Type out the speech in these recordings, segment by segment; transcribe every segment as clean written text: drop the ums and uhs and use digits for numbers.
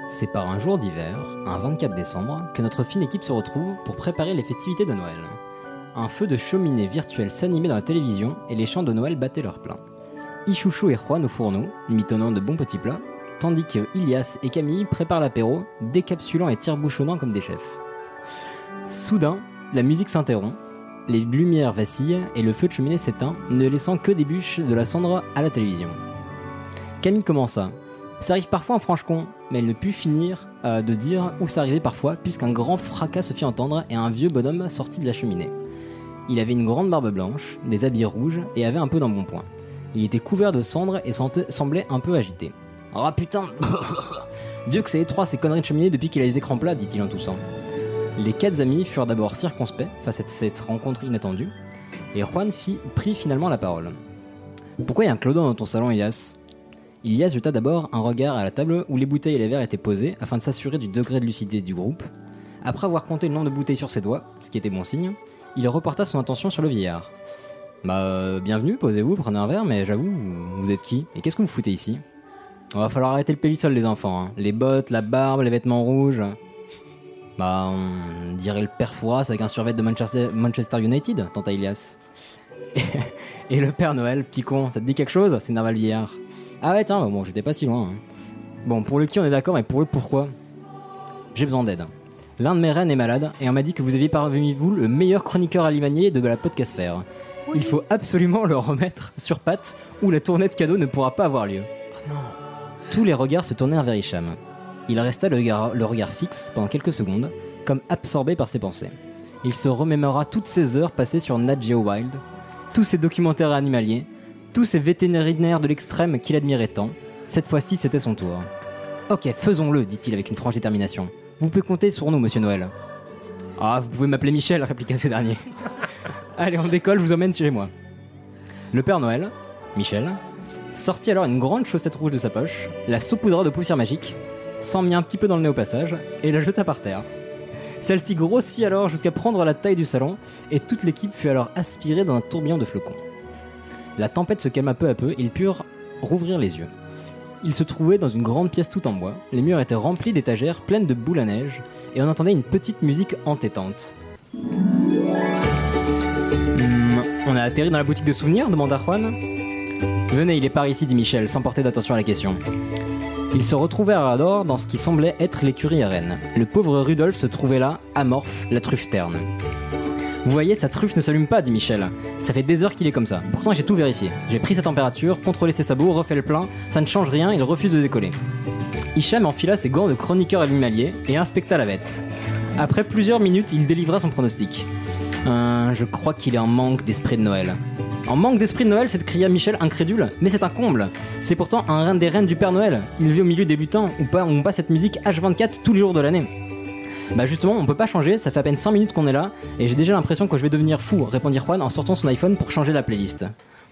C'est par un jour d'hiver, un 24 décembre, que notre fine équipe se retrouve pour préparer les festivités de Noël. Un feu de cheminée virtuelle s'animait dans la télévision et les chants de Noël battaient leur plein. Ichouchou et Juan au fourneau, mitonnant de bons petits plats, tandis que Ilias et Camille préparent l'apéro, décapsulant et tire-bouchonnant comme des chefs. Soudain, la musique s'interrompt, les lumières vacillent et le feu de cheminée s'éteint, ne laissant que des bûches de la cendre à la télévision. Camille commença. Ça arrive parfois en Franche-Comté, mais elle ne put finir de dire où ça arrivait parfois, puisqu'un grand fracas se fit entendre et un vieux bonhomme sortit de la cheminée. Il avait une grande barbe blanche, des habits rouges et avait un peu d'embonpoint. Il était couvert de cendres et semblait un peu agité. « Ah putain Dieu que c'est étroit ces conneries de cheminée depuis qu'il a les écrans plats, dit-il en toussant. Les 4 amis furent d'abord circonspects face à cette rencontre inattendue, et Juan prit finalement la parole. « Pourquoi il y a un clodo dans ton salon, Ilias ?» Ilias jeta d'abord un regard à la table où les bouteilles et les verres étaient posés afin de s'assurer du degré de lucidité du groupe. Après avoir compté le nombre de bouteilles sur ses doigts, ce qui était bon signe, il reporta son attention sur le vieillard. « bienvenue, posez-vous, prenez un verre, mais j'avoue, vous êtes qui? Et qu'est-ce que vous foutez ici ?»« Va falloir arrêter le pélissol, les enfants, hein. Les bottes, la barbe, les vêtements rouges... » On dirait le père Fouras avec un survêt de Manchester United, tenta Ilias. Et le Père Noël, petit con, ça te dit quelque chose? S'énerva le vieillard. Ah ouais, tiens, bon, j'étais pas si loin. Hein. Bon, pour le qui on est d'accord, mais pour le pourquoi? J'ai besoin d'aide. L'un de mes reines est malade, et on m'a dit que vous aviez parmi vous le meilleur chroniqueur alimanier de la podcastphère. Oui. Il faut absolument le remettre sur pattes, ou la tournée de cadeaux ne pourra pas avoir lieu. Oh non. Tous les regards se tournèrent vers Hicham. Il resta le regard fixe pendant quelques secondes, comme absorbé par ses pensées. Il se remémora toutes ces heures passées sur Nat Geo Wild, tous ces documentaires animaliers, tous ces vétérinaires de l'extrême qu'il admirait tant. Cette fois-ci, c'était son tour. « Ok, faisons-le, dit-il avec une franche détermination. Vous pouvez compter sur nous, monsieur Noël. »« Ah, vous pouvez m'appeler Michel, répliqua ce dernier. « Allez, on décolle, je vous emmène chez moi. » Le Père Noël, Michel, sortit alors une grande chaussette rouge de sa poche, la saupoudra de poussière magique, s'en mit un petit peu dans le nez au passage, et la jeta par terre. Celle-ci grossit alors jusqu'à prendre la taille du salon, et toute l'équipe fut alors aspirée dans un tourbillon de flocons. La tempête se calma peu à peu, et ils purent rouvrir les yeux. Ils se trouvaient dans une grande pièce toute en bois, les murs étaient remplis d'étagères pleines de boules à neige, et on entendait une petite musique entêtante. On a atterri dans la boutique de souvenirs, demanda Juan. Venez, il est par ici, dit Michel, sans porter d'attention à la question. Ils se retrouvèrent alors dans ce qui semblait être l'écurie à Rennes. Le pauvre Rudolf se trouvait là, amorphe, la truffe terne. Vous voyez, sa truffe ne s'allume pas, dit Michel. Ça fait des heures qu'il est comme ça. Pourtant, j'ai tout vérifié. J'ai pris sa température, contrôlé ses sabots, refait le plein. Ça ne change rien, il refuse de décoller. Hicham enfila ses gants de chroniqueur animalier et inspecta la bête. Après plusieurs minutes, il délivra son pronostic. Je crois qu'il est en manque d'esprit de Noël. En manque d'esprit de Noël, s'écria Michel incrédule. Mais c'est un comble. C'est pourtant un reine des reines du Père Noël. Il vit au milieu des lutins, on passe cette musique H24 tous les jours de l'année. Justement, on peut pas changer, ça fait à peine 5 minutes qu'on est là, et j'ai déjà l'impression que je vais devenir fou, répondit Juan en sortant son iPhone pour changer la playlist.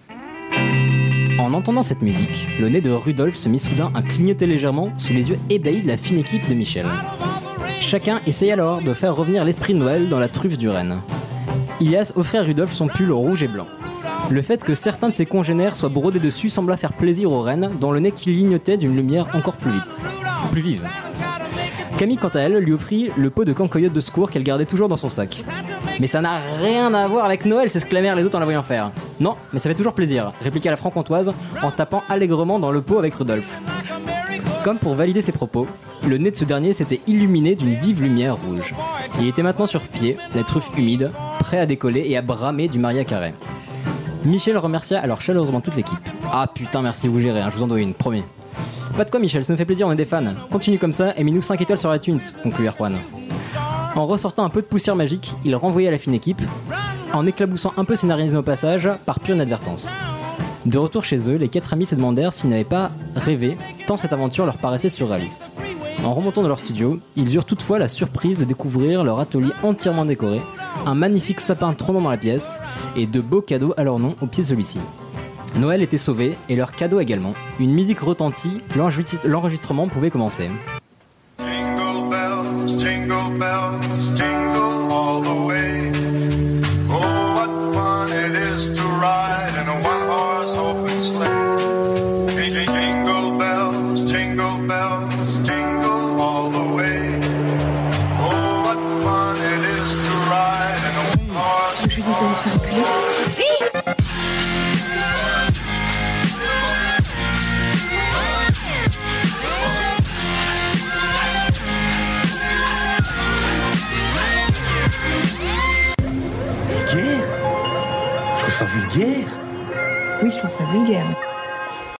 En entendant cette musique, le nez de Rudolf se mit soudain à clignoter légèrement sous les yeux ébahis de la fine équipe de Michel. Chacun essaya alors de faire revenir l'esprit de Noël dans la truffe du renne. Ilias offrit à Rudolf son pull rouge et blanc. Le fait que certains de ses congénères soient brodés dessus sembla faire plaisir au renne, dont le nez clignotait d'une lumière encore plus vive. Camille, quant à elle, lui offrit le pot de cancoyote de secours qu'elle gardait toujours dans son sac. « Mais ça n'a rien à voir avec Noël !» s'exclamèrent les autres en la voyant faire. « Non, mais ça fait toujours plaisir !» répliqua la franc-comtoise en tapant allègrement dans le pot avec Rudolf. Comme pour valider ses propos, le nez de ce dernier s'était illuminé d'une vive lumière rouge. Il était maintenant sur pied, la truffe humide, prêt à décoller et à bramer du Maria Carré. Michel remercia alors chaleureusement toute l'équipe. « Ah putain, merci, vous gérez, je vous en dois une, promis. » Pas de quoi Michel, ça nous fait plaisir, on est des fans. Continue comme ça et mets-nous 5 étoiles sur iTunes, conclut Juan. En ressortant un peu de poussière magique, il renvoya la fine équipe, en éclaboussant un peu ses narines au passage, par pure inadvertance. De retour chez eux, les 4 amis se demandèrent s'ils n'avaient pas rêvé, tant cette aventure leur paraissait surréaliste. En remontant dans leur studio, ils eurent toutefois la surprise de découvrir leur atelier entièrement décoré, un magnifique sapin trônant dans la pièce, et de beaux cadeaux à leur nom au pied de celui-ci. Noël était sauvé, et leur cadeau également. Une musique retentit, l'enregistrement pouvait commencer. Jingle bells, jingle all the way. Oh, what fun it is to ride in a one-horse open sleigh. Jingle bells, jingle all d'aller se faire enculer. Vulgaire? Je trouve ça vulgaire. Oui, je trouve ça vulgaire.